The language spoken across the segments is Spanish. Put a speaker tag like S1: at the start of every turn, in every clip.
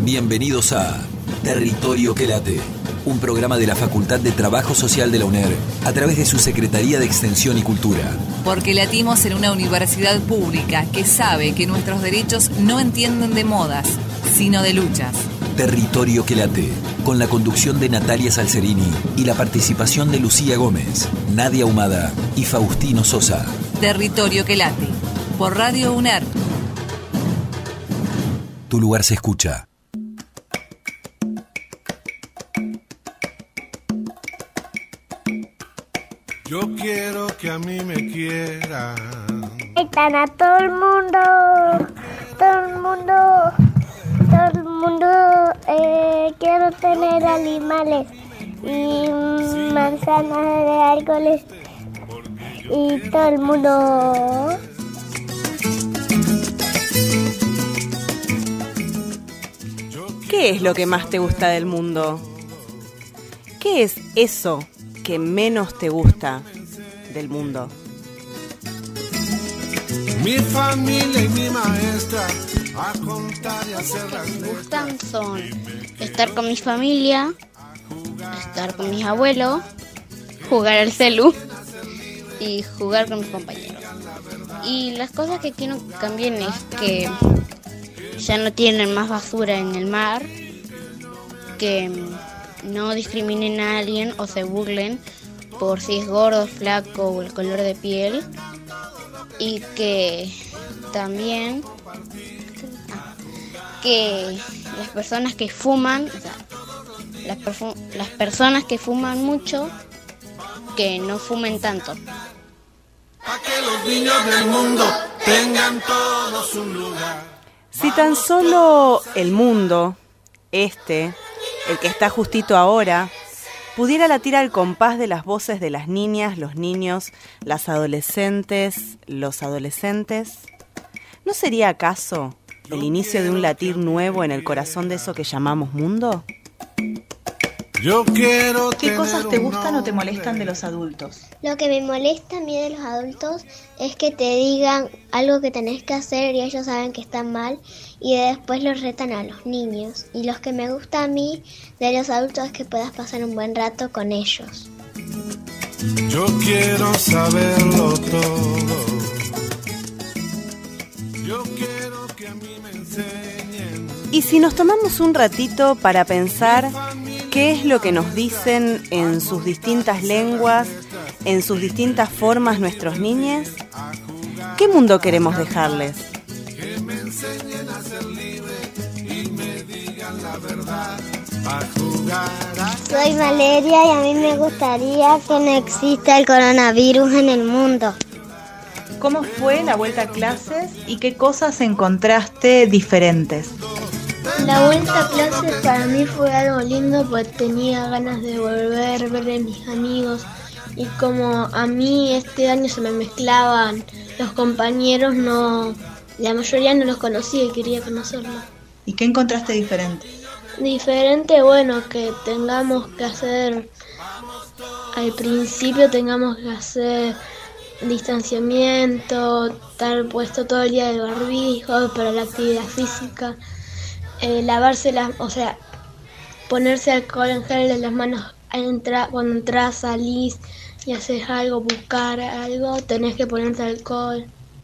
S1: Bienvenidos a Territorio que Late, un programa de la Facultad de Trabajo Social de la UNER a través de su Secretaría de Extensión y Cultura.
S2: Porque latimos en una universidad pública que sabe que nuestros derechos no entienden de modas, sino de luchas.
S1: Territorio que Late, con la conducción de Natalia Salcerini y la participación de Lucía Gómez, Nadia Humada y Faustino Sosa.
S2: Territorio que Late, por Radio UNER.
S1: Tu lugar se escucha.
S3: Yo quiero que a mí me quieran.
S4: Están a todo el mundo. Quiero tener animales y manzanas de árboles y todo el mundo.
S5: ¿Qué es lo que más te gusta del mundo? ¿Qué es eso que menos te gusta del mundo?
S3: Mi familia y mi maestra a contar y hacer las
S6: me gustan son estar con mi familia, estar con mis abuelos, jugar al celu y jugar con mis compañeros. Y las cosas que quiero que cambien es que ya no tienen más basura en el mar, que no discriminen a alguien o se burlen por si es gordo, flaco o el color de piel, y que también que las personas que fuman, o sea, las personas que fuman mucho, que no fumen tanto.
S3: Para que los niños del mundo tengan todos un lugar.
S5: Si tan solo el mundo, el que está justito ahora, pudiera latir al compás de las voces de las niñas, los niños, las adolescentes, los adolescentes, ¿no sería acaso el inicio de un latir nuevo en el corazón de eso que llamamos mundo?
S3: Yo quiero.
S7: ¿Qué cosas te gustan o te molestan de los adultos?
S4: Lo que me molesta a mí de los adultos es que te digan algo que tenés que hacer y ellos saben que está mal y después los retan a los niños. Y lo que me gusta a mí de los adultos es que puedas pasar un buen rato con ellos.
S3: Yo quiero saberlo todo. Yo quiero que a mí me enseñen.
S5: Y si nos tomamos un ratito para pensar qué es lo que nos dicen en sus distintas lenguas, en sus distintas formas nuestros niños, ¿qué mundo queremos dejarles?
S3: Que me enseñen a ser libre y me digan la verdad. A jugar a...
S4: Soy Valeria y a mí me gustaría que no exista el coronavirus en el mundo.
S7: ¿Cómo fue la vuelta a clases y qué cosas encontraste diferentes?
S4: La vuelta a clases para mí fue algo lindo porque tenía ganas de volver a ver a mis amigos y como a mí este año se me mezclaban los compañeros, la mayoría no los conocía y quería conocerlos.
S7: ¿Y qué encontraste diferente?
S4: Diferente, bueno, que tengamos que hacer, al principio tengamos que hacer distanciamiento, estar puesto todo el día de barbijo para la actividad física. Lavarse ponerse alcohol en gel en las manos cuando entras, salís y haces algo, buscar algo, tenés que ponerte alcohol.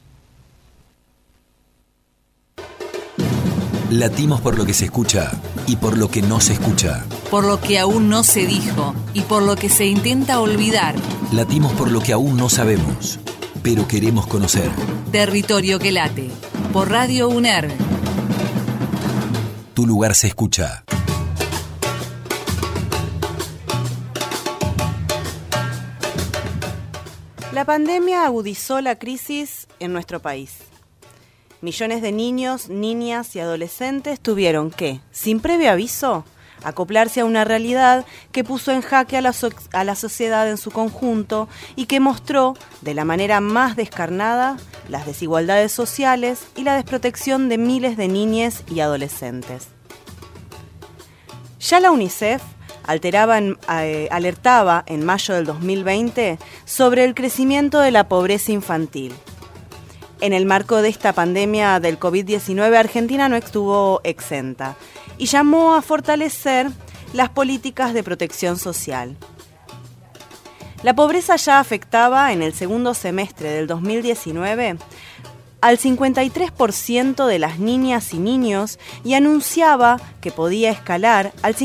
S1: Latimos por lo que se escucha y por lo que no se escucha.
S2: Por lo que aún no se dijo y por lo que se intenta olvidar.
S1: Latimos por lo que aún no sabemos, pero queremos conocer.
S2: Territorio que Late, por Radio UNER.
S1: Tu lugar se escucha.
S5: La pandemia agudizó la crisis en nuestro país. Millones de niños, niñas y adolescentes tuvieron que, sin previo aviso, acoplarse a una realidad que puso en jaque a la sociedad en su conjunto y que mostró, de la manera más descarnada, las desigualdades sociales y la desprotección de miles de niñas y adolescentes. Ya la UNICEF alertaba en mayo del 2020 sobre el crecimiento de la pobreza infantil. En el marco de esta pandemia del COVID-19, Argentina no estuvo exenta. y llamó a fortalecer las políticas de protección social. La pobreza ya afectaba en el segundo semestre del 2019 al 53% de las niñas y niños y anunciaba que podía escalar al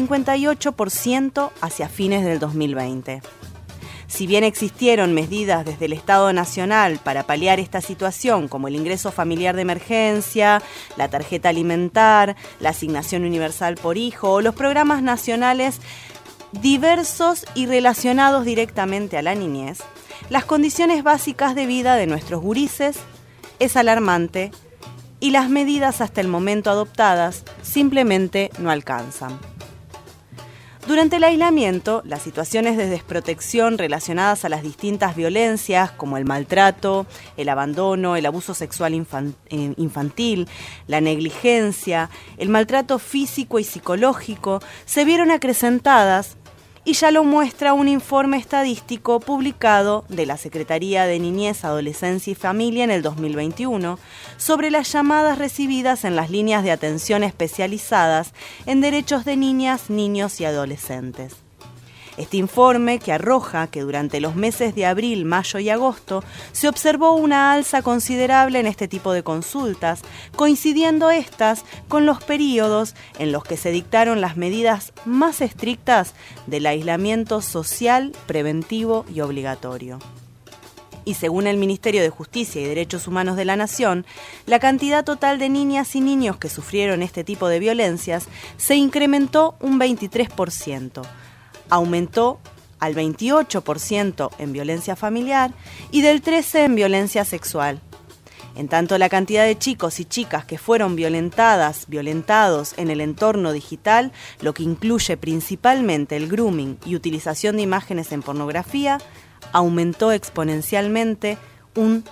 S5: 58% hacia fines del 2020. Si bien existieron medidas desde el Estado Nacional para paliar esta situación, como el ingreso familiar de emergencia, la tarjeta alimentar, la asignación universal por hijo o los programas nacionales diversos y relacionados directamente a la niñez, las condiciones básicas de vida de nuestros gurises es alarmante y las medidas hasta el momento adoptadas simplemente no alcanzan. Durante el aislamiento, las situaciones de desprotección relacionadas a las distintas violencias, como el maltrato, el abandono, el abuso sexual infantil, la negligencia, el maltrato físico y psicológico, se vieron acrecentadas y ya lo muestra un informe estadístico publicado de la Secretaría de Niñez, Adolescencia y Familia en el 2021 sobre las llamadas recibidas en las líneas de atención especializadas en derechos de niñas, niños y adolescentes. Este informe, que arroja que durante los meses de abril, mayo y agosto se observó una alza considerable en este tipo de consultas, coincidiendo estas con los periodos en los que se dictaron las medidas más estrictas del aislamiento social, preventivo y obligatorio. Y según el Ministerio de Justicia y Derechos Humanos de la Nación, la cantidad total de niñas y niños que sufrieron este tipo de violencias se incrementó un 23%. Aumentó al 28% en violencia familiar y del 13% en violencia sexual. En tanto, la cantidad de chicos y chicas que fueron violentados en el entorno digital, lo que incluye principalmente el grooming y utilización de imágenes en pornografía, aumentó exponencialmente un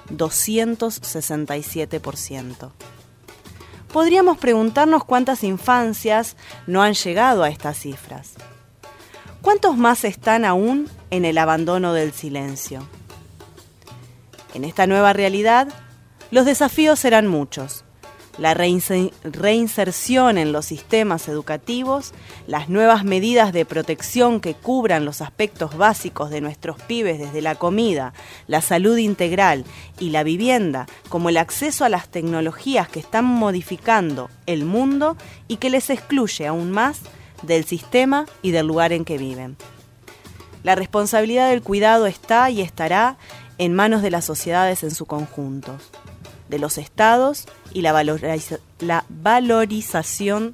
S5: 267%. Podríamos preguntarnos cuántas infancias no han llegado a estas cifras. ¿Cuántos más están aún en el abandono del silencio? En esta nueva realidad, los desafíos serán muchos. La reinserción en los sistemas educativos, las nuevas medidas de protección que cubran los aspectos básicos de nuestros pibes desde la comida, la salud integral y la vivienda, como el acceso a las tecnologías que están modificando el mundo y que les excluye aún más del sistema y del lugar en que viven. La responsabilidad del cuidado está y estará en manos de las sociedades en su conjunto, de los estados y la valorización.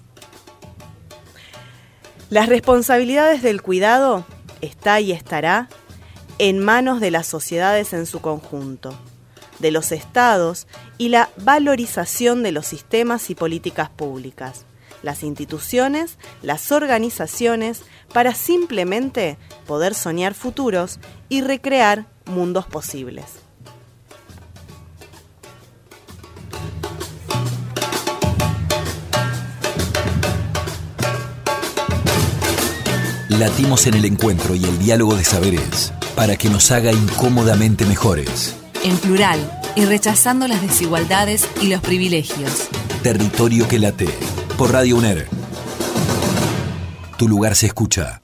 S5: Las responsabilidades del cuidado está y estará en manos de las sociedades en su conjunto, de los estados y la valorización de los sistemas y políticas públicas, las instituciones, las organizaciones, para simplemente poder soñar futuros y recrear mundos posibles.
S1: Latimos en el encuentro y el diálogo de saberes para que nos haga incómodamente mejores.
S2: En plural y rechazando las desigualdades y los privilegios.
S1: Territorio que late. Por Radio UNER. Tu lugar se escucha.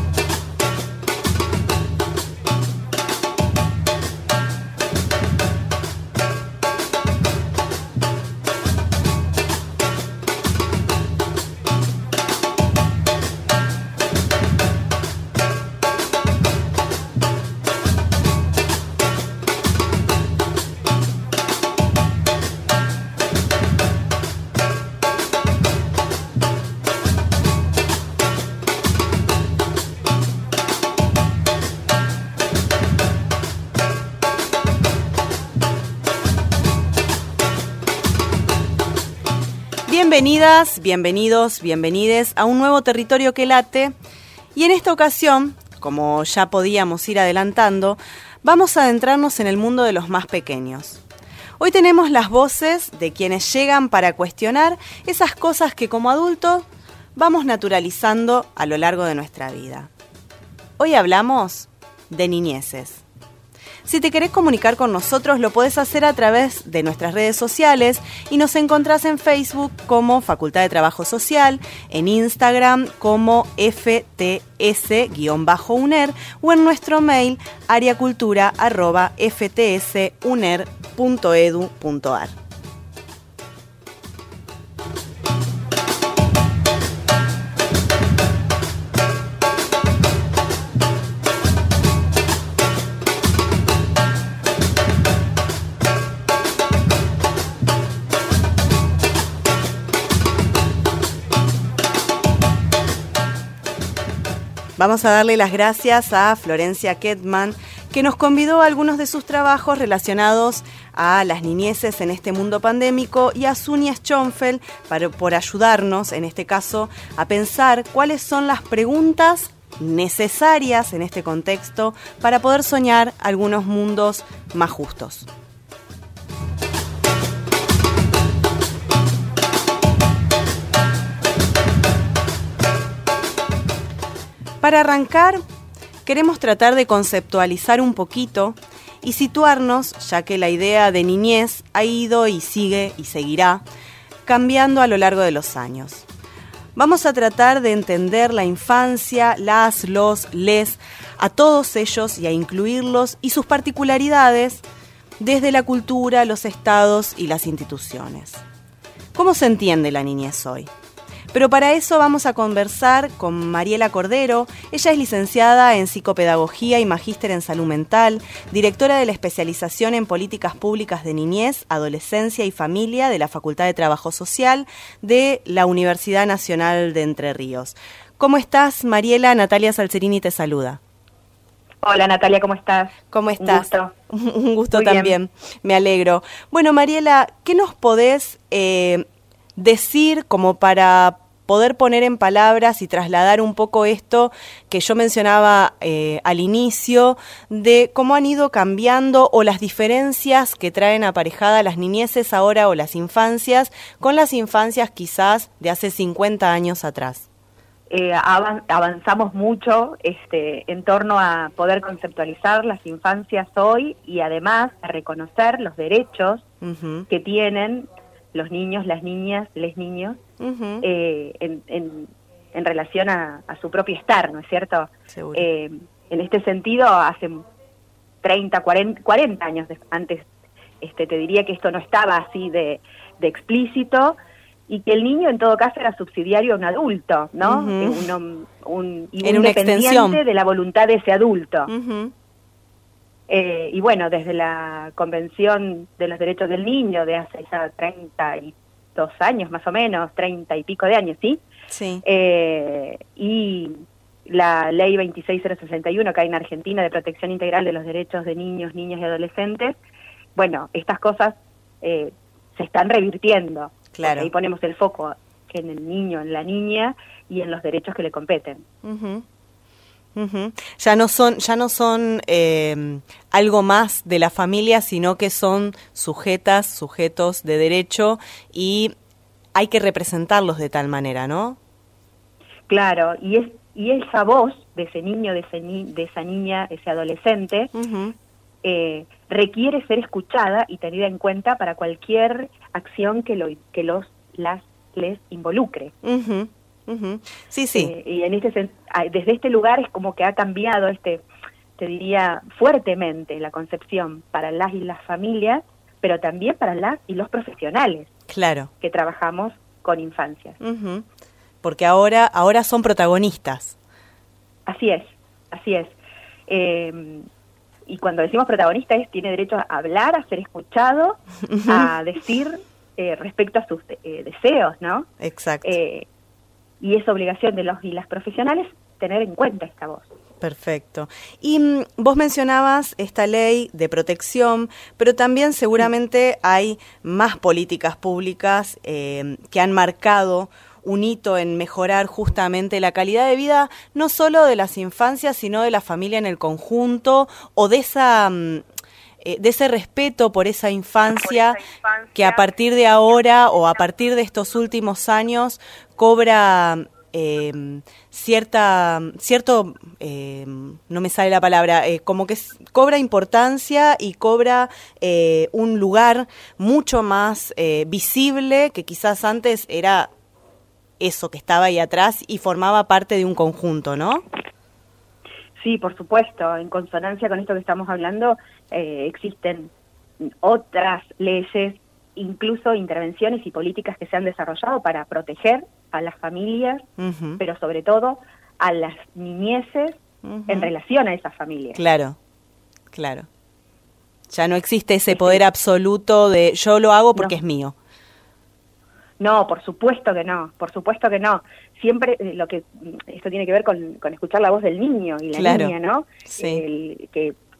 S5: Bienvenidas, bienvenidos, bienvenides a un nuevo Territorio que late. Y en esta ocasión, como ya podíamos ir adelantando, vamos a adentrarnos en el mundo de los más pequeños. Hoy tenemos las voces de quienes llegan para cuestionar esas cosas que como adultos vamos naturalizando a lo largo de nuestra vida. Hoy hablamos de niñeces. Si te querés comunicar con nosotros, lo podés hacer a través de nuestras redes sociales y nos encontrás en Facebook como Facultad de Trabajo Social, en Instagram como FTS-UNER o en nuestro mail ariacultura@ftsuner.edu.ar. Vamos a darle las gracias a Florencia Ketman, que nos convidó a algunos de sus trabajos relacionados a las niñeces en este mundo pandémico, y a Sunia Schonfeld por ayudarnos, en este caso, a pensar cuáles son las preguntas necesarias en este contexto para poder soñar algunos mundos más justos. Para arrancar, queremos tratar de conceptualizar un poquito y situarnos, ya que la idea de niñez ha ido y sigue y seguirá cambiando a lo largo de los años. Vamos a tratar de entender la infancia, les, a todos ellos y a incluirlos y sus particularidades desde la cultura, los estados y las instituciones. ¿Cómo se entiende la niñez hoy? Pero para eso vamos a conversar con Mariela Cordero. Ella es licenciada en Psicopedagogía y magíster en Salud Mental, directora de la especialización en Políticas Públicas de Niñez, Adolescencia y Familia de la Facultad de Trabajo Social de la Universidad Nacional de Entre Ríos. ¿Cómo estás, Mariela? Natalia Salcerini te saluda.
S8: Hola, Natalia, ¿cómo estás?
S5: ¿Cómo estás? Un gusto
S8: Muy
S5: también, bien. Me alegro. Bueno, Mariela, ¿qué nos podés decir como para poder poner en palabras y trasladar un poco esto que yo mencionaba al inicio, de cómo han ido cambiando o las diferencias que traen aparejadas las niñeces ahora o las infancias con las infancias quizás de hace 50 años atrás?
S8: Avanzamos mucho en torno a poder conceptualizar las infancias hoy y además a reconocer los derechos que tienen los niños, las niñas, les niños, en relación a su propio estar, ¿no es cierto?
S5: Seguro.
S8: En este sentido, hace 30, 40 años antes, te diría que esto no estaba así de explícito, y que el niño en todo caso era subsidiario a un adulto, ¿no? Un dependiente de la voluntad de ese adulto. Y bueno, desde la Convención de los Derechos del Niño de hace ya 32 años más o menos, 30 y pico de años, ¿sí?
S5: Sí.
S8: Y la Ley 26061 que hay en Argentina de protección integral de los derechos de niños, niñas y adolescentes, bueno, estas cosas se están revirtiendo.
S5: Claro.
S8: Ahí ponemos el foco en el niño, en la niña y en los derechos que le competen.
S5: Ya no son algo más de la familia, sino que son sujetos de derecho, y hay que representarlos de tal manera, ¿no?
S8: Claro, y esa voz de ese niño, de esa niña, ese adolescente, requiere ser escuchada y tenida en cuenta para cualquier acción que les involucre.
S5: Sí, sí.
S8: Y en desde este lugar es como que ha cambiado, te diría, fuertemente la concepción para las y las familias, pero también para las y los profesionales.
S5: Claro.
S8: Que trabajamos con infancias.
S5: Porque ahora son protagonistas.
S8: Así es. Y cuando decimos protagonista tiene derecho a hablar, a ser escuchado, a decir respecto a sus deseos, ¿no?
S5: Exacto.
S8: Y es obligación de los y las profesionales tener en cuenta esta voz.
S5: Perfecto. Y vos mencionabas esta ley de protección, pero también seguramente hay más políticas públicas que han marcado un hito en mejorar justamente la calidad de vida, no solo de las infancias, sino de la familia en el conjunto, o de ese respeto por esa infancia que a partir de ahora o a partir de estos últimos años cobra cierto, no me sale la palabra, como que cobra importancia y cobra un lugar mucho más visible que quizás antes era eso que estaba ahí atrás y formaba parte de un conjunto, ¿no?
S8: Sí, por supuesto. En consonancia con esto que estamos hablando, existen otras leyes, incluso intervenciones y políticas que se han desarrollado para proteger a las familias, pero sobre todo a las niñeces en relación a esas familias.
S5: Claro. Ya no existe ese poder absoluto de yo lo hago porque es mío.
S8: No, por supuesto que no. Siempre esto tiene que ver con escuchar la voz del niño y la niña, ¿no? Sí.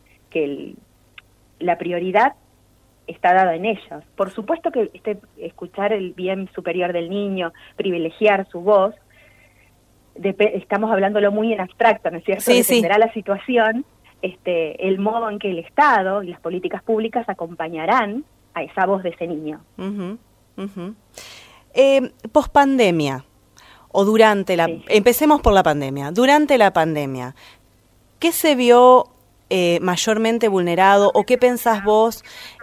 S8: La prioridad está dada en ellos. Por supuesto que escuchar el bien superior del niño, privilegiar su voz, estamos hablándolo muy en abstracto, ¿no es cierto?
S5: Sí,
S8: dependerá la situación, el modo en que el Estado y las políticas públicas acompañarán a esa voz de ese niño.
S5: Pospandemia, o durante empecemos por la pandemia. Durante la pandemia, ¿qué se vio mayormente vulnerado, o qué pensás vos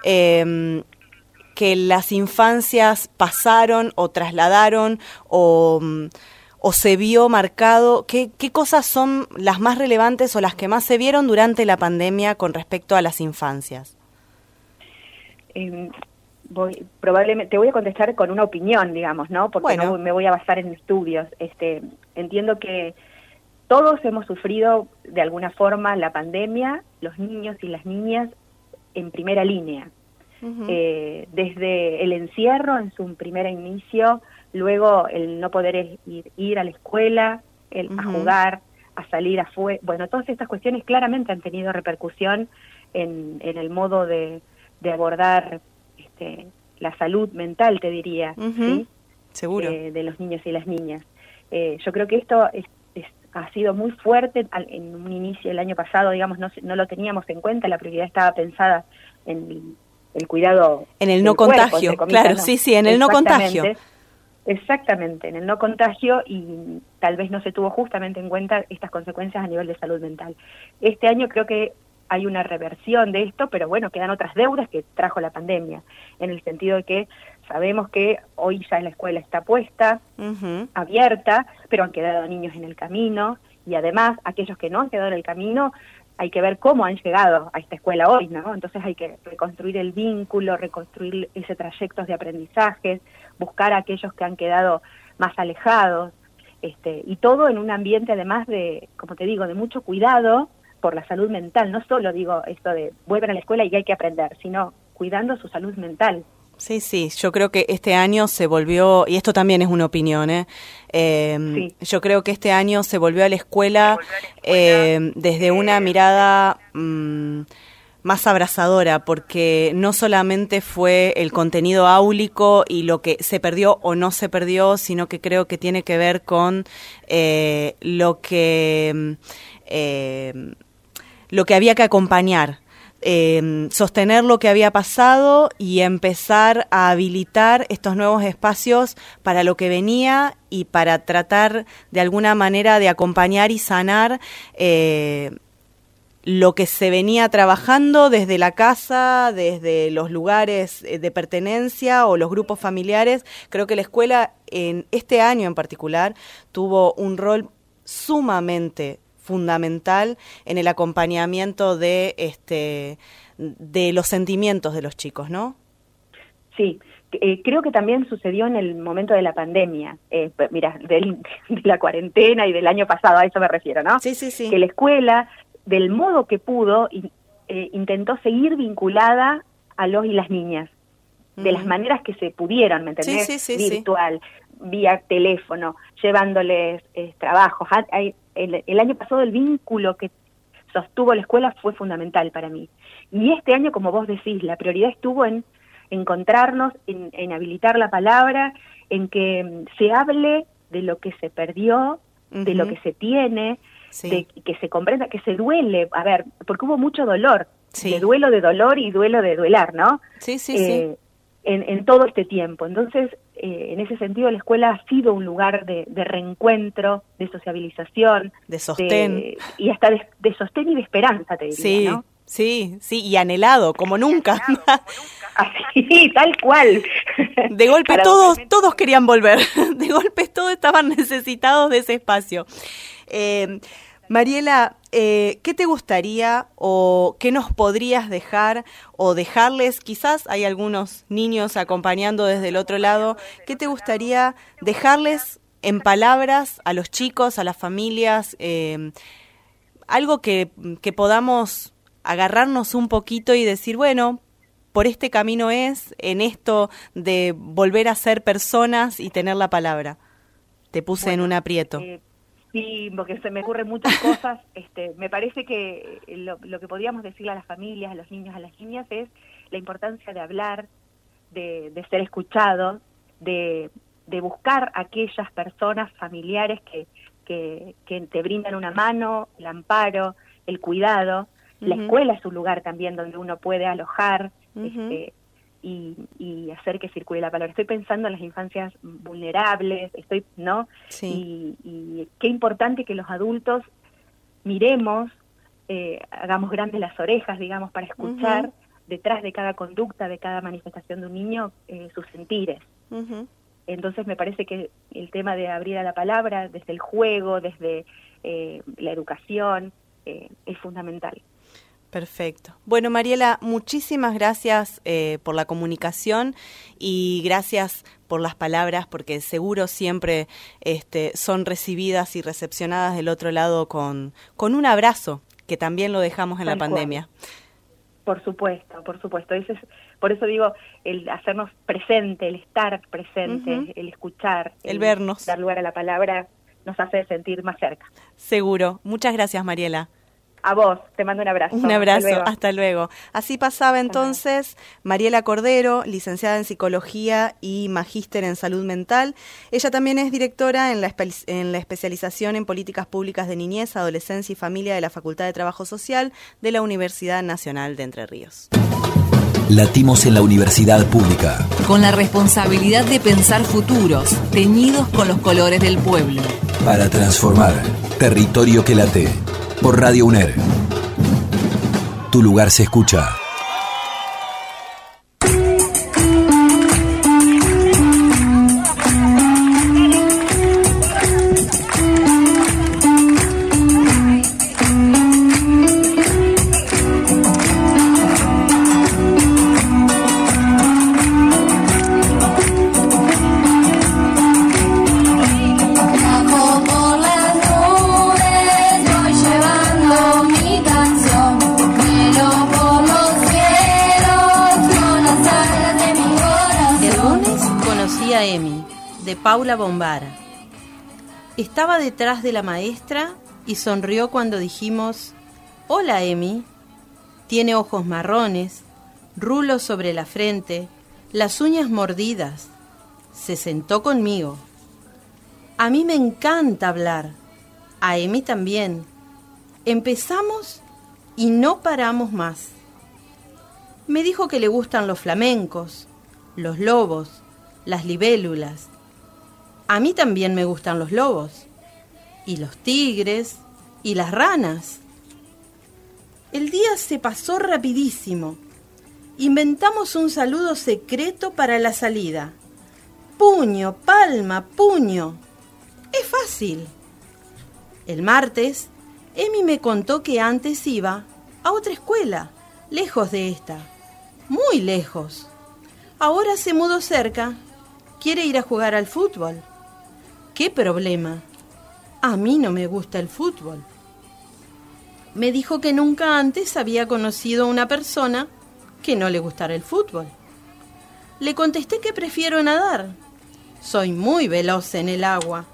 S5: que las infancias pasaron o trasladaron o se vio marcado? ¿Qué cosas son las más relevantes o las que más se vieron durante la pandemia con respecto a las infancias?
S8: Probablemente te voy a contestar con una opinión, digamos, ¿no? Porque no me voy a basar en estudios. Entiendo que todos hemos sufrido de alguna forma la pandemia, los niños y las niñas en primera línea. Desde el encierro en su primer inicio, luego el no poder ir a la escuela, a jugar, a salir afuera. Bueno, todas estas cuestiones claramente han tenido repercusión en el modo de abordar la salud mental, te diría, ¿sí?
S5: Seguro.
S8: De los niños y las niñas. Yo creo que esto ha sido muy fuerte en un inicio el año pasado, digamos, no lo teníamos en cuenta, la prioridad estaba pensada en el cuidado.
S5: En el no contagio, claro, sí, en el no contagio.
S8: Exactamente, en el no contagio, y tal vez no se tuvo justamente en cuenta estas consecuencias a nivel de salud mental. Este año creo que hay una reversión de esto, pero bueno, quedan otras deudas que trajo la pandemia, en el sentido de que sabemos que hoy ya la escuela está puesta, abierta, pero han quedado niños en el camino, y además aquellos que no han quedado en el camino, hay que ver cómo han llegado a esta escuela hoy, ¿no? Entonces hay que reconstruir el vínculo, reconstruir ese trayecto de aprendizaje, buscar a aquellos que han quedado más alejados, y todo en un ambiente además de, como te digo, de mucho cuidado por la salud mental. No solo digo esto de vuelvan a la escuela y hay que aprender, sino cuidando su salud mental.
S5: Sí, yo creo que este año se volvió, y esto también es una opinión, yo creo que este año se volvió a la escuela desde una mirada más abrazadora, porque no solamente fue el contenido áulico y lo que se perdió o no se perdió, sino que creo que tiene que ver con lo que había que acompañar. Sostener lo que había pasado y empezar a habilitar estos nuevos espacios para lo que venía y para tratar de alguna manera de acompañar y sanar lo que se venía trabajando desde la casa, desde los lugares de pertenencia o los grupos familiares. Creo que la escuela en este año en particular tuvo un rol sumamente fundamental en el acompañamiento de los sentimientos de los chicos, ¿no?
S8: Sí, creo que también sucedió en el momento de la pandemia, mira, de la cuarentena y del año pasado, a eso me refiero, ¿no?
S5: Sí.
S8: Que la escuela, del modo que pudo, intentó seguir vinculada a los y las niñas, de las maneras que se pudieron, ¿me entendés?
S5: Sí.
S8: Virtual, vía teléfono, llevándoles trabajos. El año pasado el vínculo que sostuvo la escuela fue fundamental para mí. Y este año, como vos decís, la prioridad estuvo en encontrarnos, en habilitar la palabra, en que se hable de lo que se perdió, de lo que se tiene, de que se comprenda, que se duele. A ver, porque hubo mucho dolor, de duelo de dolor y duelo de duelar, ¿no?
S5: Sí.
S8: En todo este tiempo. Entonces, en ese sentido la escuela ha sido un lugar de reencuentro, de sociabilización,
S5: de sostén,
S8: y hasta de sostén y de esperanza, te diría,
S5: sí,
S8: ¿no?
S5: Sí, y anhelado, como nunca.
S8: Así, tal cual.
S5: De golpe todos querían volver, de golpe todos estaban necesitados de ese espacio. Mariela, ¿qué te gustaría o qué nos podrías dejar o dejarles? Quizás hay algunos niños acompañando desde el otro lado. ¿Qué te gustaría dejarles en palabras a los chicos, a las familias? Algo que podamos agarrarnos un poquito y decir, bueno, por este camino es, en esto de volver a ser personas y tener la palabra. Te puse en un aprieto.
S8: Sí, porque se me ocurren muchas cosas. Me parece que lo que podríamos decirle a las familias, a los niños, a las niñas es la importancia de hablar, de ser escuchados, de buscar a aquellas personas familiares que te brindan una mano, el amparo, el cuidado. La escuela es un lugar también donde uno puede alojar y hacer que circule la palabra. Estoy pensando en las infancias vulnerables, ¿no? Sí. Y qué importante que los adultos miremos, hagamos grandes las orejas, digamos, para escuchar detrás de cada conducta, de cada manifestación de un niño, sus sentires. Entonces me parece que el tema de abrir a la palabra, desde el juego, desde la educación, es fundamental.
S5: Perfecto. Bueno, Mariela, muchísimas gracias por la comunicación y gracias por las palabras, porque seguro siempre son recibidas y recepcionadas del otro lado con un abrazo, que también lo dejamos en la pandemia.
S8: Por supuesto. Por eso digo, el hacernos presente, el estar presente, el escuchar,
S5: el vernos,
S8: dar lugar a la palabra, nos hace sentir más cerca.
S5: Seguro. Muchas gracias, Mariela.
S8: A vos, te mando un abrazo.
S5: Un abrazo, hasta luego. Así pasaba entonces Mariela Cordero, licenciada en Psicología y magíster en Salud Mental. Ella también es directora en la especialización en Políticas Públicas de Niñez, Adolescencia y Familia de la Facultad de Trabajo Social de la Universidad Nacional de Entre Ríos.
S1: Latimos en la universidad pública.
S2: Con la responsabilidad de pensar futuros, teñidos con los colores del pueblo.
S1: Para transformar territorio que late. Por Radio UNER. Tu lugar se escucha.
S9: Paula Bombara. Estaba detrás de la maestra y sonrió cuando dijimos: «Hola, Emi». Tiene ojos marrones, rulos sobre la frente, las uñas mordidas. Se sentó conmigo. A mí me encanta hablar. A Emi también. Empezamos y no paramos más. Me dijo que le gustan los flamencos, los lobos, las libélulas. A mí también me gustan los lobos, y los tigres, y las ranas. El día se pasó rapidísimo. Inventamos un saludo secreto para la salida. Puño, palma, puño. Es fácil. El martes, Emi me contó que antes iba a otra escuela, lejos de esta, muy lejos. Ahora se mudó cerca. Quiere ir a jugar al fútbol. ¿Qué problema? A mí no me gusta el fútbol. Me dijo que nunca antes había conocido a una persona que no le gustara el fútbol. Le contesté que prefiero nadar. Soy muy veloz en el agua.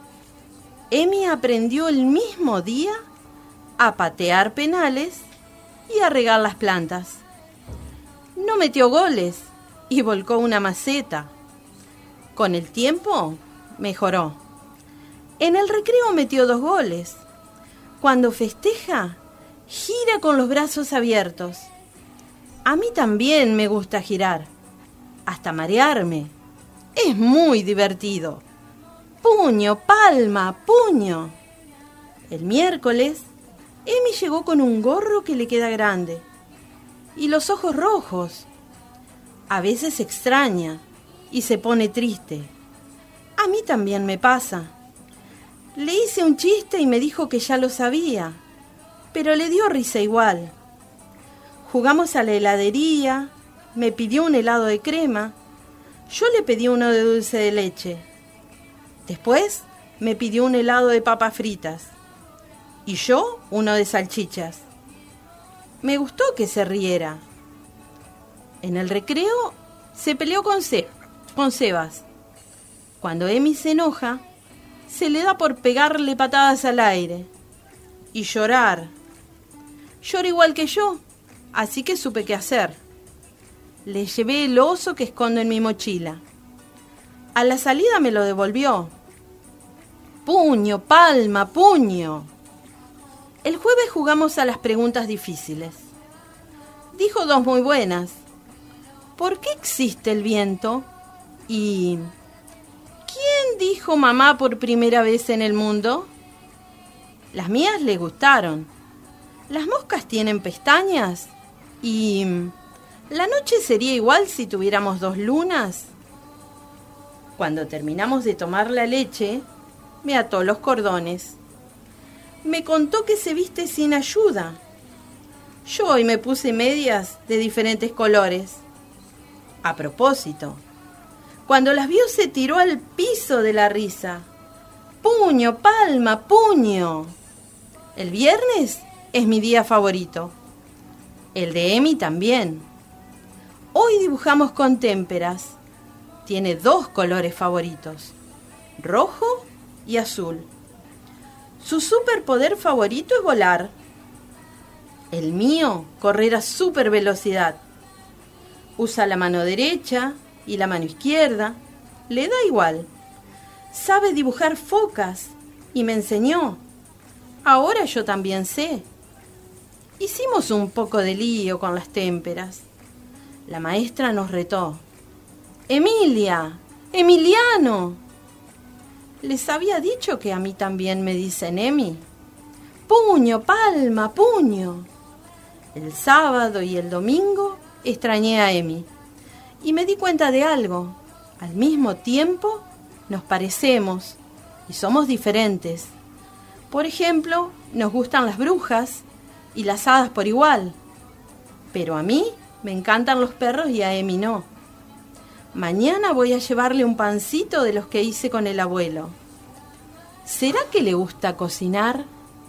S9: Emi aprendió el mismo día a patear penales y a regar las plantas. No metió goles y volcó una maceta. Con el tiempo mejoró. En el recreo metió 2 goles. Cuando festeja, gira con los brazos abiertos. A mí también me gusta girar, hasta marearme. Es muy divertido. Puño, palma, puño. El miércoles, Emi llegó con un gorro que le queda grande y los ojos rojos. A veces se extraña y se pone triste. A mí también me pasa. Le hice un chiste y me dijo que ya lo sabía, pero le dio risa igual. Jugamos a la heladería, me pidió un helado de crema, yo le pedí uno de dulce de leche. Después me pidió un helado de papas fritas y yo uno de salchichas. Me gustó que se riera. En el recreo se peleó con Sebas. Cuando Emi se enoja, se le da por pegarle patadas al aire y llorar. Llora igual que yo, así que supe qué hacer. Le llevé el oso que escondo en mi mochila. A la salida me lo devolvió. Puño, palma, puño. El jueves jugamos a las preguntas difíciles. Dijo dos muy buenas. ¿Por qué existe el viento? Y ¿quién dijo mamá por primera vez en el mundo? Las mías le gustaron. ¿Las moscas tienen pestañas? Y ¿la noche sería igual si tuviéramos dos lunas? Cuando terminamos de tomar la leche, me ató los cordones. Me contó que se viste sin ayuda. Yo hoy me puse medias de diferentes colores. A propósito, cuando las vio se tiró al piso de la risa. Puño, palma, puño. El viernes es mi día favorito. El de Emi también. Hoy dibujamos con témperas. Tiene dos colores favoritos, rojo y azul. Su superpoder favorito es volar. El mío, correr a super velocidad. Usa la mano derecha y la mano izquierda. Le da igual. Sabe dibujar focas y me enseñó. Ahora yo también sé. Hicimos un poco de lío con las témperas. La maestra nos retó. Emilia, Emiliano. ¿Les había dicho que a mí también me dicen Emi? Puño, palma, puño. El sábado y el domingo extrañé a Emi y me di cuenta de algo. Al mismo tiempo nos parecemos y somos diferentes. Por ejemplo, nos gustan las brujas y las hadas por igual. Pero a mí me encantan los perros y a Emi no. Mañana voy a llevarle un pancito de los que hice con el abuelo. ¿Será que le gusta cocinar?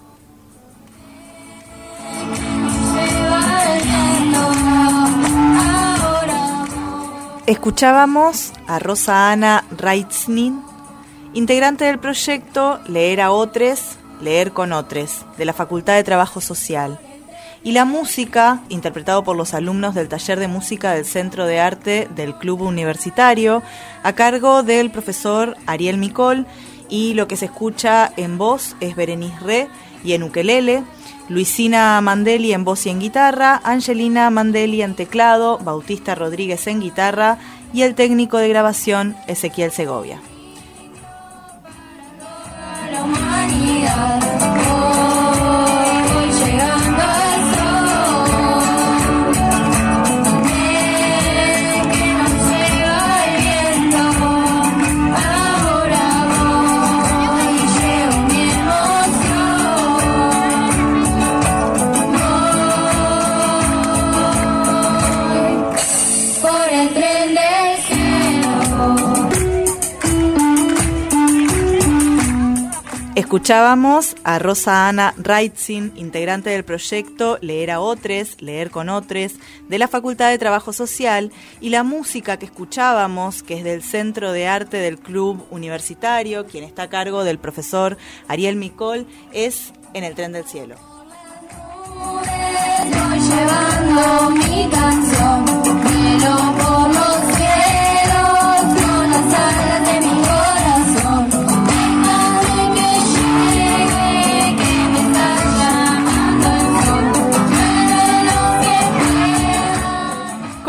S5: Escuchábamos a Rosa Ana Reitznin, integrante del proyecto Leer a Otres, Leer con Otres, de la Facultad de Trabajo Social. Y la música, interpretado por los alumnos del taller de música del Centro de Arte del Club Universitario, a cargo del profesor Ariel Micol, y lo que se escucha en voz es Berenice Re y en ukelele, Luisina Mandeli en voz y en guitarra, Angelina Mandeli en teclado, Bautista Rodríguez en guitarra y el técnico de grabación Ezequiel Segovia. Escuchábamos a Rosa Ana Reitzin, integrante del proyecto Leer a Otres, Leer con Otres, de la Facultad de Trabajo Social, y la música que escuchábamos, que es del Centro de Arte del Club Universitario, quien está a cargo del profesor Ariel Micol, es En el Tren del Cielo.
S10: Voy llevando mi canción, vuelo por los cielos, con las alas de mi corazón.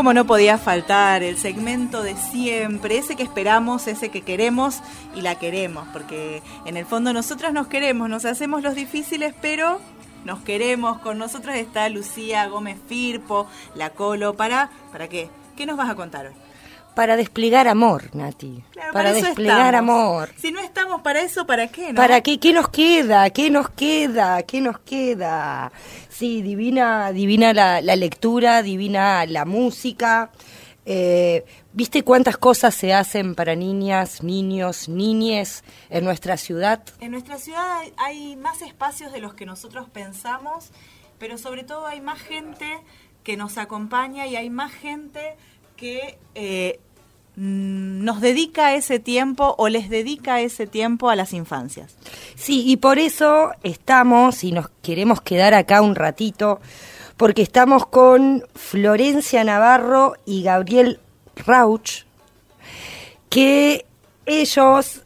S5: como no podía faltar, el segmento de siempre, ese que esperamos, ese que queremos y la queremos, porque en el fondo nosotras nos queremos, nos hacemos los difíciles, pero nos queremos. Con nosotros está Lucía Gómez Firpo, la Colo. ¿Para qué? ¿Qué nos vas a contar hoy?
S11: Para desplegar amor, Nati.
S5: Claro,
S11: para desplegar amor.
S5: Si no estamos para eso, ¿para qué? ¿No?
S11: ¿Para qué? ¿Qué nos queda? ¿Qué nos queda? ¿Qué nos queda? Sí, divina la lectura, divina la música. ¿Viste cuántas cosas se hacen para niñas, niños, niñes en nuestra ciudad?
S5: En nuestra ciudad hay más espacios de los que nosotros pensamos, pero sobre todo hay más gente que nos acompaña y hay más gente que nos dedica ese tiempo o les dedica ese tiempo a las infancias.
S11: Sí, y por eso estamos y nos queremos quedar acá un ratito, porque estamos con Florencia Navarro y Gabriel Rauch, que ellos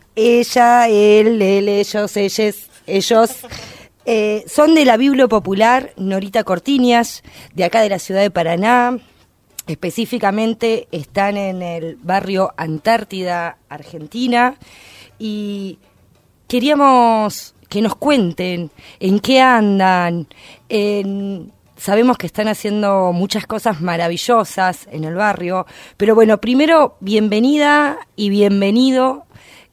S11: son de la Biblia Popular Norita Cortiñas, de acá de la ciudad de Paraná. Específicamente están en el barrio Antártida, Argentina, y queríamos que nos cuenten en qué andan. Sabemos que están haciendo muchas cosas maravillosas en el barrio, pero bueno, primero, bienvenida y bienvenido.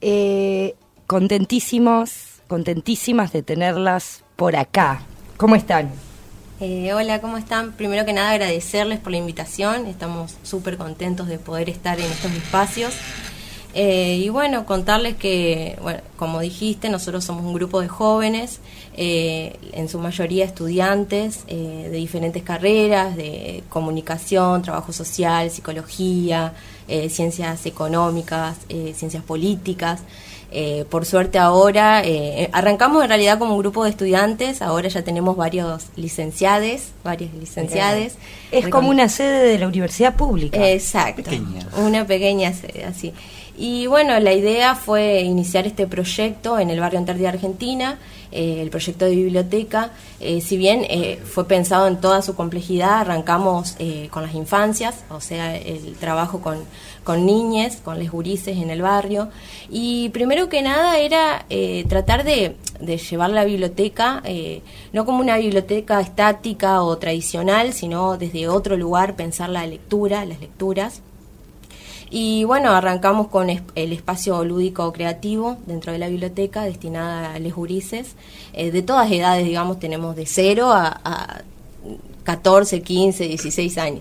S11: Contentísimas de tenerlas por acá. ¿Cómo están?
S12: Hola, ¿cómo están? Primero que nada agradecerles por la invitación, estamos súper contentos de poder estar en estos espacios. Y bueno, contarles que, bueno, como dijiste, nosotros somos un grupo de jóvenes, en su mayoría estudiantes de diferentes carreras, de comunicación, trabajo social, psicología, ciencias económicas, ciencias políticas. Por suerte ahora, arrancamos en realidad como un grupo de estudiantes, ahora ya tenemos varias licenciadas.
S11: Es como una sede de la universidad pública.
S12: Exacto, una pequeña sede, así. Y bueno, la idea fue iniciar este proyecto en el barrio Antártida Argentina, el proyecto de biblioteca. Si bien fue pensado en toda su complejidad, arrancamos con las infancias, o sea, el trabajo con niñes, con les gurises en el barrio. Y primero que nada era tratar de llevar la biblioteca, no como una biblioteca estática o tradicional, sino desde otro lugar, pensar la lectura, las lecturas. Y bueno, arrancamos con el espacio lúdico creativo dentro de la biblioteca, destinada a les gurises, de todas edades, digamos, tenemos de 0 a 14, 15, 16 años.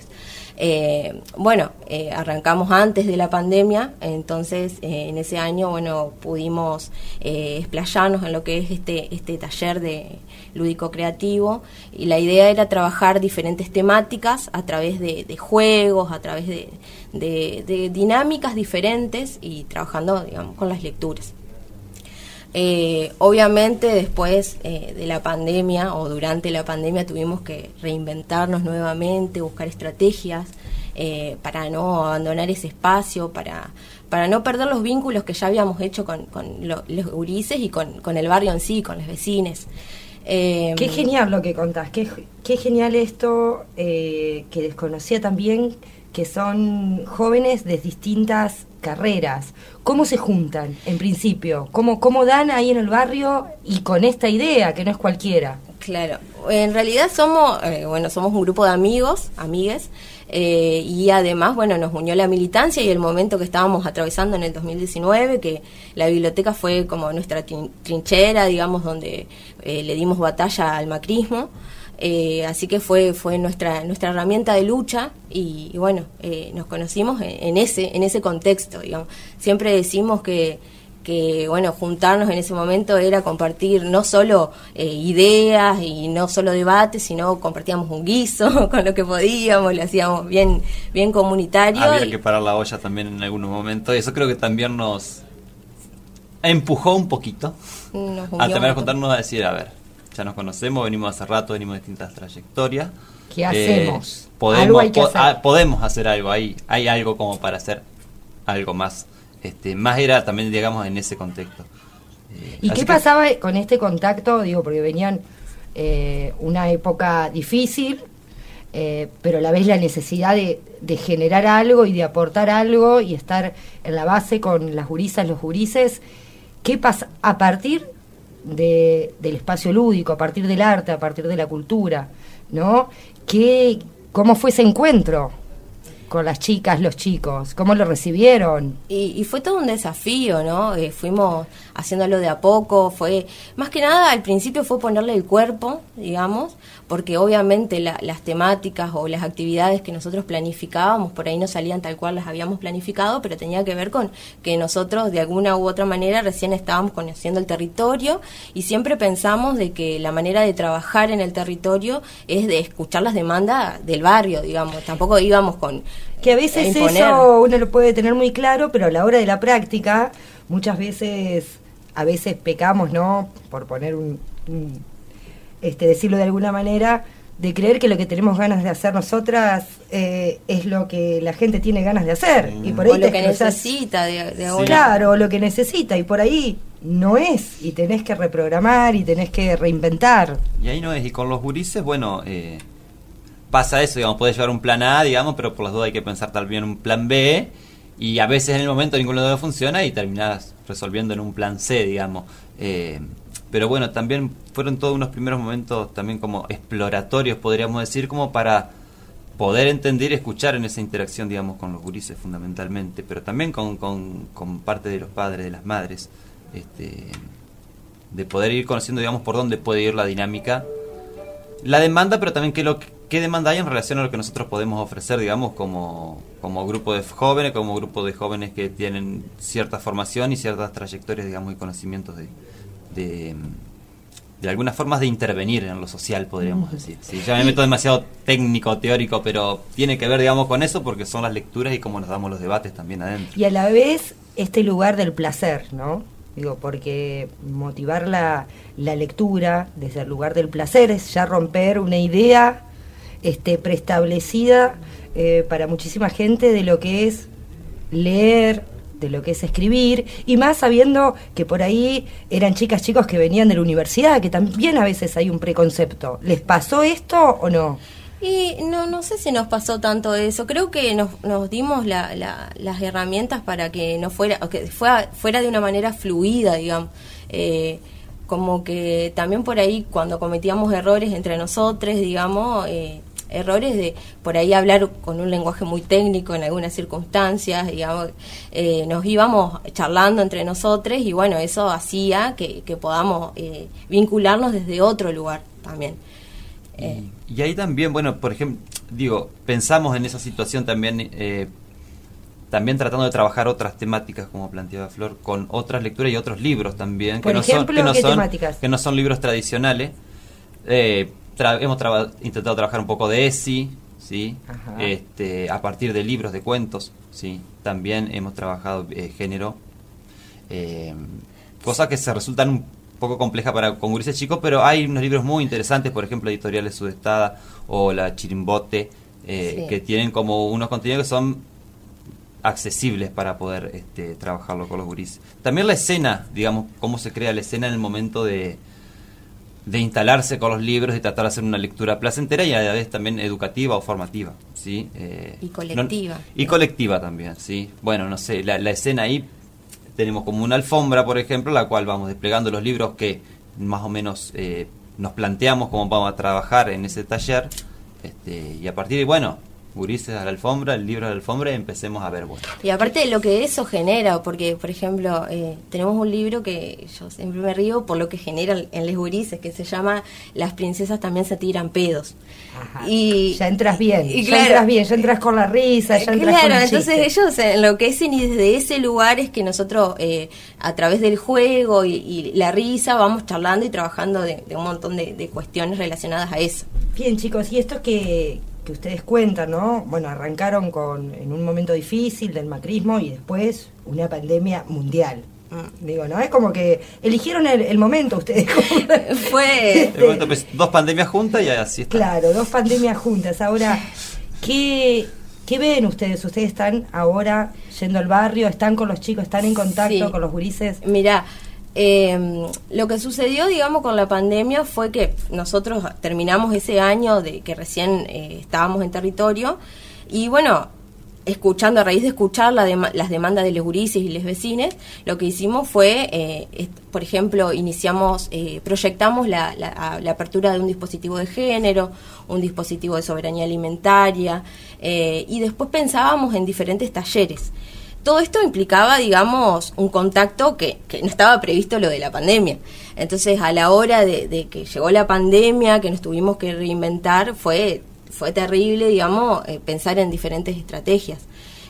S12: Arrancamos antes de la pandemia, entonces en ese año, bueno, pudimos explayarnos en lo que es este taller de lúdico creativo, y la idea era trabajar diferentes temáticas a través de juegos, a través de dinámicas diferentes y trabajando, digamos, con las lecturas. Obviamente después de la pandemia o durante la pandemia tuvimos que reinventarnos nuevamente, buscar estrategias para no abandonar ese espacio, para no perder los vínculos que ya habíamos hecho con los gurises y con el barrio en sí, con los vecinos.
S11: Qué genial lo que contás, qué genial esto, que desconocía también, que son jóvenes de distintas carreras. ¿Cómo se juntan, en principio? ¿Cómo dan ahí en el barrio y con esta idea, que no es cualquiera?
S12: Claro, en realidad somos un grupo de amigues, y además, bueno, nos unió la militancia y el momento que estábamos atravesando en el 2019, que la biblioteca fue como nuestra trinchera, digamos, donde le dimos batalla al macrismo. Así que fue nuestra herramienta de lucha y bueno, nos conocimos en ese contexto, digamos. Siempre decimos que bueno, juntarnos en ese momento era compartir no solo ideas y no solo debates, sino compartíamos un guiso con lo que podíamos, lo hacíamos bien comunitario.
S13: Había que parar la olla también en algunos momentos, y eso creo que también nos empujó un poquito a también juntarnos a decir, a ver, ya nos conocemos, venimos hace rato, venimos de distintas trayectorias.
S11: ¿Qué hacemos?
S13: Podemos hacer algo ahí. Hay algo como para hacer algo más. Más era también, digamos, en ese contexto.
S11: ¿Y qué pasaba con este contacto? Digo, porque venían una época difícil, pero a la vez la necesidad de generar algo y de aportar algo y estar en la base con las gurisas, los gurises. ¿Qué pasa a partir del espacio lúdico, a partir del arte, a partir de la cultura, ¿no? ¿Cómo fue ese encuentro con las chicas, los chicos? ¿Cómo lo recibieron?
S12: Y fue todo un desafío, ¿no? Fuimos haciéndolo de a poco, más que nada al principio fue ponerle el cuerpo, digamos, porque obviamente las temáticas o las actividades que nosotros planificábamos por ahí no salían tal cual las habíamos planificado, pero tenía que ver con que nosotros de alguna u otra manera recién estábamos conociendo el territorio y siempre pensamos de que la manera de trabajar en el territorio es de escuchar las demandas del barrio, digamos, tampoco íbamos con...
S11: Que a veces eso uno lo puede tener muy claro, pero a la hora de la práctica muchas veces... A veces pecamos, ¿no? Por poner decirlo de alguna manera, de creer que lo que tenemos ganas de hacer nosotras es lo que la gente tiene ganas de hacer. Y por ahí
S12: o lo que necesita
S11: Claro, lo que necesita, y por ahí no es, y tenés que reprogramar y tenés que reinventar.
S13: Y ahí no es, y con los gurises, bueno, pasa eso, digamos, podés llevar un plan A, digamos, pero por las dudas hay que pensar también un plan B, y a veces en el momento ninguno de los dos funciona y terminás resolviendo en un plan C, digamos. Pero bueno, también fueron todos unos primeros momentos también como exploratorios, podríamos decir, como para poder entender y escuchar en esa interacción, digamos, con los gurises fundamentalmente, pero también con parte de los padres, de las madres, de poder ir conociendo, digamos, por dónde puede ir la dinámica, la demanda, pero también qué demanda hay en relación a lo que nosotros podemos ofrecer, digamos, como grupo de jóvenes, como grupo de jóvenes que tienen cierta formación y ciertas trayectorias, digamos, y conocimientos de algunas formas de intervenir en lo social, podríamos decir. Sí, ya me meto demasiado técnico, teórico, pero tiene que ver, digamos, con eso, porque son las lecturas y cómo nos damos los debates también adentro.
S11: Y a la vez, este lugar del placer, ¿no? Digo, porque motivar la lectura desde el lugar del placer es ya romper una idea preestablecida para muchísima gente de lo que es leer, de lo que es escribir, y más sabiendo que por ahí eran chicos que venían de la universidad, que también a veces hay un preconcepto. ¿Les pasó esto o no?
S12: Y no sé si nos pasó tanto eso. Creo que nos dimos las herramientas para que no fuera, o que fuera de una manera fluida, digamos. Como que también por ahí cuando cometíamos errores entre nosotros, digamos, errores de por ahí hablar con un lenguaje muy técnico en algunas circunstancias, digamos, nos íbamos charlando entre nosotros y bueno, eso hacía que podamos vincularnos desde otro lugar también.
S13: Y ahí también, bueno, por ejemplo, pensamos en esa situación también, también tratando de trabajar otras temáticas, como planteaba Flor, con otras lecturas y otros libros también,
S11: por ejemplo,
S13: que no son libros tradicionales. Hemos intentado trabajar un poco de ESI, ¿sí? A partir de libros, de cuentos, ¿sí? También hemos trabajado género, cosas que se resultan un poco complejas con gurises chicos, pero hay unos libros muy interesantes, por ejemplo, Editoriales Sudestada o La Chirimbote, que tienen como unos contenidos que son accesibles para poder trabajarlo con los gurises. También la escena, digamos, cómo se crea la escena en el momento de instalarse con los libros y tratar de hacer una lectura placentera y a la vez también educativa o formativa, ¿sí?
S12: Y colectiva.
S13: Y colectiva también, ¿sí? Bueno, no sé, la escena ahí tenemos como una alfombra, por ejemplo, la cual vamos desplegando los libros que más o menos nos planteamos cómo vamos a trabajar en ese taller, y a partir de, bueno, gurises a la alfombra, el libro a la alfombra y empecemos a ver, bueno.
S12: Y aparte de lo que eso genera, porque por ejemplo tenemos un libro que yo siempre me río por lo que genera en les gurises, que se llama Las princesas también se tiran pedos.
S11: Ajá. Y ya entras bien, ya entras con la risa, ya entras con el chiste.
S12: Entonces ellos enloquecen y desde ese lugar es que nosotros a través del juego y la risa vamos charlando y trabajando de un montón de cuestiones relacionadas a eso.
S11: Bien, chicos, y esto que ustedes cuentan, ¿no? Bueno, arrancaron en un momento difícil del macrismo y después una pandemia mundial. Digo, ¿no? Es como que eligieron el momento ustedes.
S12: Fue...
S13: dos pandemias juntas y así está.
S11: Claro, dos pandemias juntas. Ahora, ¿qué ven ustedes? Ustedes están ahora yendo al barrio, están con los chicos, están en contacto con los gurises.
S12: Mirá, Lo que sucedió, digamos, con la pandemia fue que nosotros terminamos ese año de que recién estábamos en territorio y bueno, a raíz de escuchar las demandas de los gurises y les vecines, lo que hicimos fue, por ejemplo, proyectamos la apertura de un dispositivo de género, un dispositivo de soberanía alimentaria, y después pensábamos en diferentes talleres. Todo esto implicaba, digamos, un contacto que no estaba previsto lo de la pandemia. Entonces, a la hora de que llegó la pandemia, que nos tuvimos que reinventar, fue terrible, digamos, pensar en diferentes estrategias.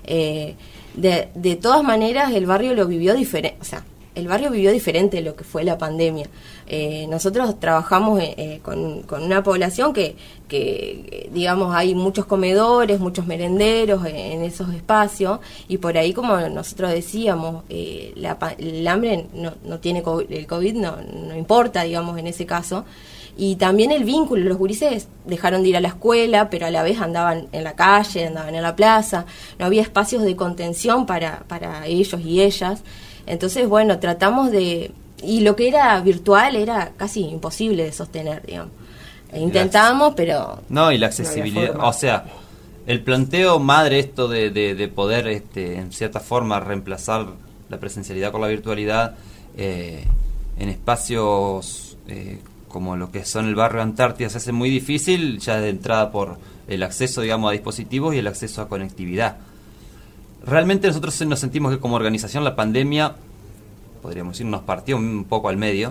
S12: De todas maneras, el barrio lo vivió diferente, el barrio vivió diferente de lo que fue la pandemia. Nosotros trabajamos con una población que, digamos, hay muchos comedores, muchos merenderos en esos espacios, y por ahí, como nosotros decíamos, el hambre no tiene COVID, el COVID no importa, digamos, en ese caso. Y también el vínculo, los gurises dejaron de ir a la escuela, pero a la vez andaban en la calle, andaban en la plaza, no había espacios de contención para ellos y ellas. Entonces, bueno, tratamos y lo que era virtual era casi imposible de sostener, digamos. Intentamos, pero...
S13: No, y la accesibilidad, o sea, el planteo madre esto de poder, en cierta forma, reemplazar la presencialidad con la virtualidad en espacios... como lo que son el barrio Antártida, se hace muy difícil ya de entrada por el acceso, digamos, a dispositivos y el acceso a conectividad. Realmente nosotros nos sentimos que como organización la pandemia, podríamos decir, nos partió un poco al medio,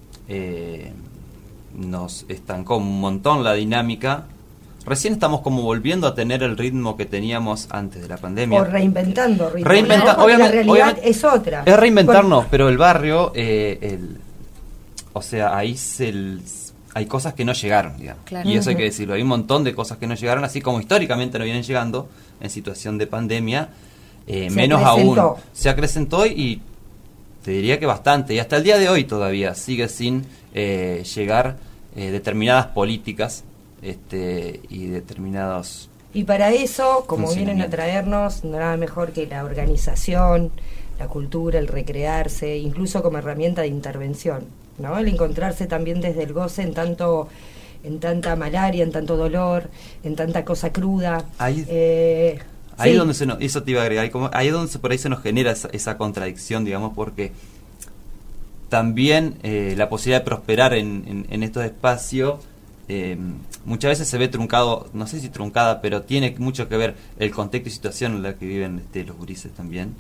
S13: nos estancó un montón la dinámica. Recién estamos como volviendo a tener el ritmo que teníamos antes de la pandemia.
S11: O reinventando ritmo.
S13: Obviamente,
S11: la realidad es otra.
S13: Es reinventarnos, pero el barrio... o sea, ahí hay cosas que no llegaron, digamos. Claro. Y eso hay que decirlo. Hay un montón de cosas que no llegaron, así como históricamente no vienen llegando en situación de pandemia, menos aún. Se acrecentó y te diría que bastante. Y hasta el día de hoy todavía sigue sin llegar determinadas políticas y determinados...
S11: Y para eso, como vienen a traernos, nada mejor que la organización, la cultura, el recrearse, incluso como herramienta de intervención, ¿no? El encontrarse también desde el goce en tanta malaria, en tanto dolor, en tanta cosa cruda.
S13: Ahí
S11: sí.
S13: Donde eso te iba a agregar, ahí es donde por ahí se nos genera esa contradicción, digamos, porque también la posibilidad de prosperar en estos espacios muchas veces se ve truncado, no sé si truncada, pero tiene mucho que ver el contexto y situación en la que viven los gurises también.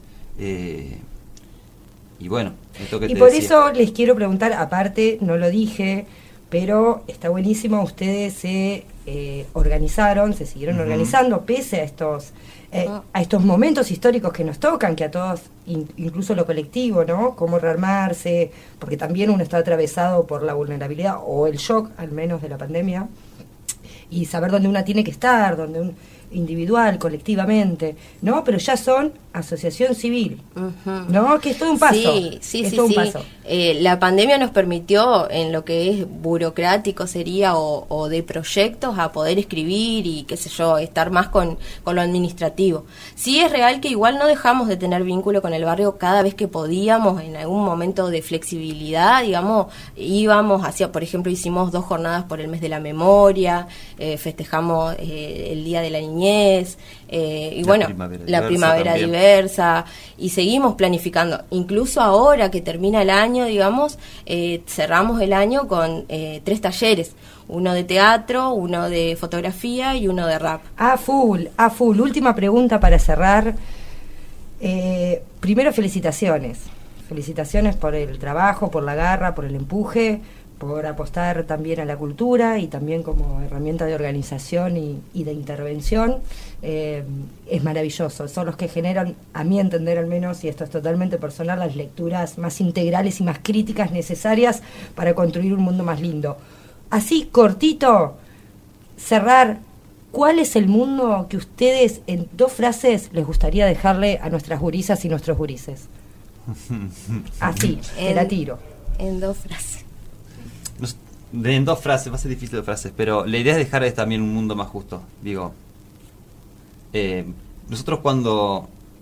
S13: Y bueno, esto que
S11: y
S13: te
S11: por
S13: decía.
S11: eso les quiero preguntar, aparte, no lo dije, pero está buenísimo, ustedes se organizaron, se siguieron organizando, pese a estos momentos históricos que nos tocan, que a todos, incluso lo colectivo, ¿no? Cómo rearmarse, porque también uno está atravesado por la vulnerabilidad, o el shock, al menos, de la pandemia, y saber dónde uno tiene que estar, dónde individual, colectivamente, ¿no? Pero ya son asociación civil, ¿no? Que es todo un paso.
S12: Sí. Paso. La pandemia nos permitió, en lo que es burocrático sería, o de proyectos, a poder escribir y, qué sé yo, estar más con lo administrativo. Sí es real que igual no dejamos de tener vínculo con el barrio cada vez que podíamos, en algún momento de flexibilidad, digamos, íbamos por ejemplo, hicimos 2 jornadas por el mes de la memoria, festejamos el Día de la Niñez, y bueno, la primavera diversa, y seguimos planificando. Incluso ahora que termina el año, digamos, cerramos el año con 3 talleres, uno de teatro, uno de fotografía y uno de rap.
S11: A full. Última pregunta para cerrar. Primero, felicitaciones por el trabajo, por la garra, por el empuje, por apostar también a la cultura y también como herramienta de organización y de intervención. Es maravilloso, son los que generan, a mi entender al menos, y esto es totalmente personal, las lecturas más integrales y más críticas necesarias para construir un mundo más lindo. Así, cortito, cerrar, ¿cuál es el mundo que ustedes, en 2 frases, les gustaría dejarle a nuestras gurisas y nuestros gurises? Así, te la tiro.
S12: En 2 frases.
S13: En 2 frases, va a ser difícil de frases, pero la idea es dejar también un mundo más justo. Digo, nosotros cuando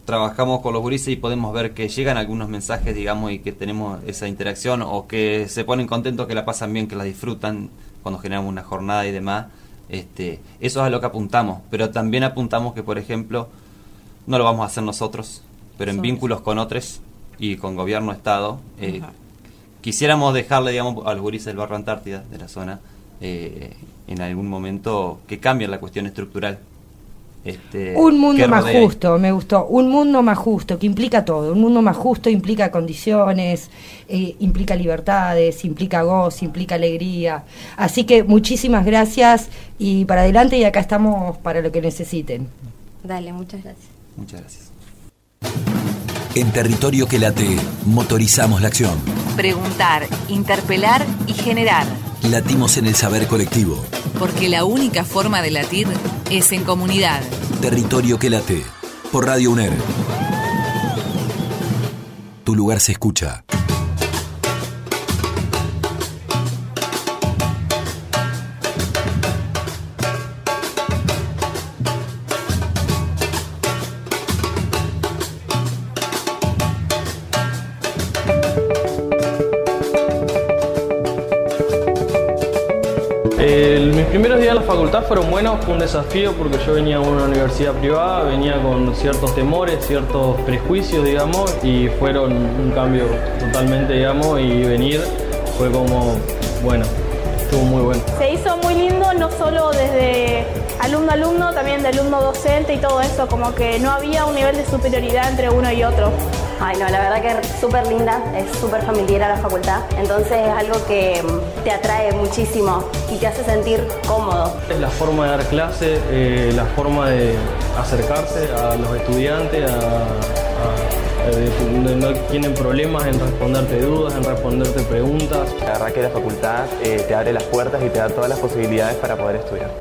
S13: trabajamos con los gurises y podemos ver que llegan algunos mensajes, digamos, y que tenemos esa interacción, o que se ponen contentos, que la pasan bien, que la disfrutan cuando generamos una jornada y demás. Eso es a lo que apuntamos, pero también apuntamos que, por ejemplo, no lo vamos a hacer nosotros, pero en vínculos con otros y con gobierno, Estado, quisiéramos dejarle, digamos, a los gurises del barrio Antártida, de la zona, en algún momento que cambie la cuestión estructural.
S11: Un mundo más justo, me gustó. Un mundo más justo, que implica todo. Un mundo más justo implica condiciones, implica libertades, implica gozo, implica alegría. Así que muchísimas gracias y para adelante, y acá estamos para lo que necesiten.
S12: Dale, muchas gracias.
S13: Muchas gracias.
S1: En Territorio que Late, motorizamos la acción.
S2: Preguntar, interpelar y generar.
S1: Latimos en el saber colectivo.
S2: Porque la única forma de latir es en comunidad.
S1: Territorio que Late, por Radio UNER. Tu lugar se escucha.
S14: Mis primeros días en la facultad fueron buenos, fue un desafío porque yo venía de una universidad privada, venía con ciertos temores, ciertos prejuicios, digamos, y fueron un cambio totalmente, digamos, y venir fue como, bueno, estuvo muy bueno.
S15: Se hizo muy lindo, no solo desde alumno a alumno, también de alumno docente y todo eso, como que no había un nivel de superioridad entre uno y otro.
S16: Ay, no, la verdad que es súper linda, es súper familiar a la facultad, entonces es algo que te atrae muchísimo y te hace sentir cómodo.
S14: Es la forma de dar clase, la forma de acercarse a los estudiantes, no tienen problemas en responderte dudas, en responderte preguntas.
S17: La verdad que la facultad te abre las puertas y te da todas las posibilidades para poder estudiar.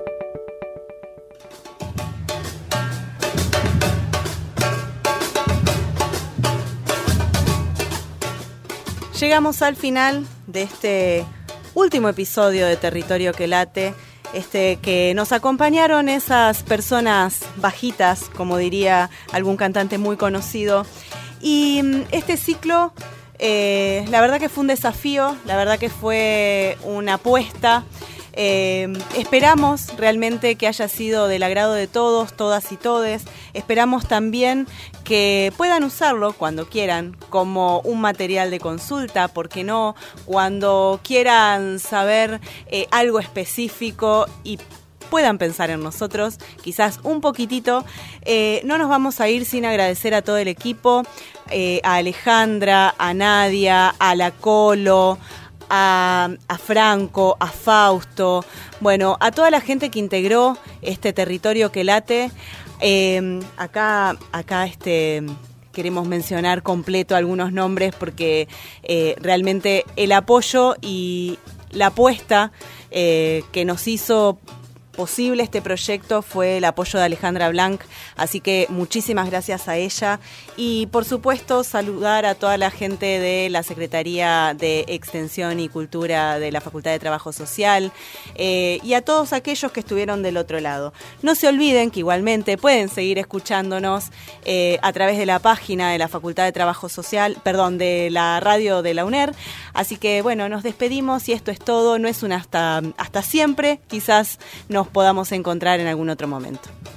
S5: Llegamos al final de este último episodio de Territorio que Late, que nos acompañaron esas personas bajitas, como diría algún cantante muy conocido. Y este ciclo, la verdad que fue un desafío, la verdad que fue una apuesta. Esperamos realmente que haya sido del agrado de todos, todas y todes. Esperamos también que puedan usarlo cuando quieran como un material de consulta, ¿por qué no? Cuando quieran saber algo específico y puedan pensar en nosotros, quizás un poquitito. No nos vamos a ir sin agradecer a todo el equipo, a Alejandra, a Nadia, a la Colo, a Franco, a Fausto, bueno, a toda la gente que integró este Territorio que Late. Acá queremos mencionar completo algunos nombres porque realmente el apoyo y la apuesta que nos hizo posible este proyecto fue el apoyo de Alejandra Blanc, así que muchísimas gracias a ella y por supuesto saludar a toda la gente de la Secretaría de Extensión y Cultura de la Facultad de Trabajo Social y a todos aquellos que estuvieron del otro lado. No se olviden que igualmente pueden seguir escuchándonos a través de la página de la Facultad de Trabajo Social, de la radio de la UNER, así que bueno, nos despedimos y esto es todo, no es un hasta siempre, quizás nos podamos encontrar en algún otro momento.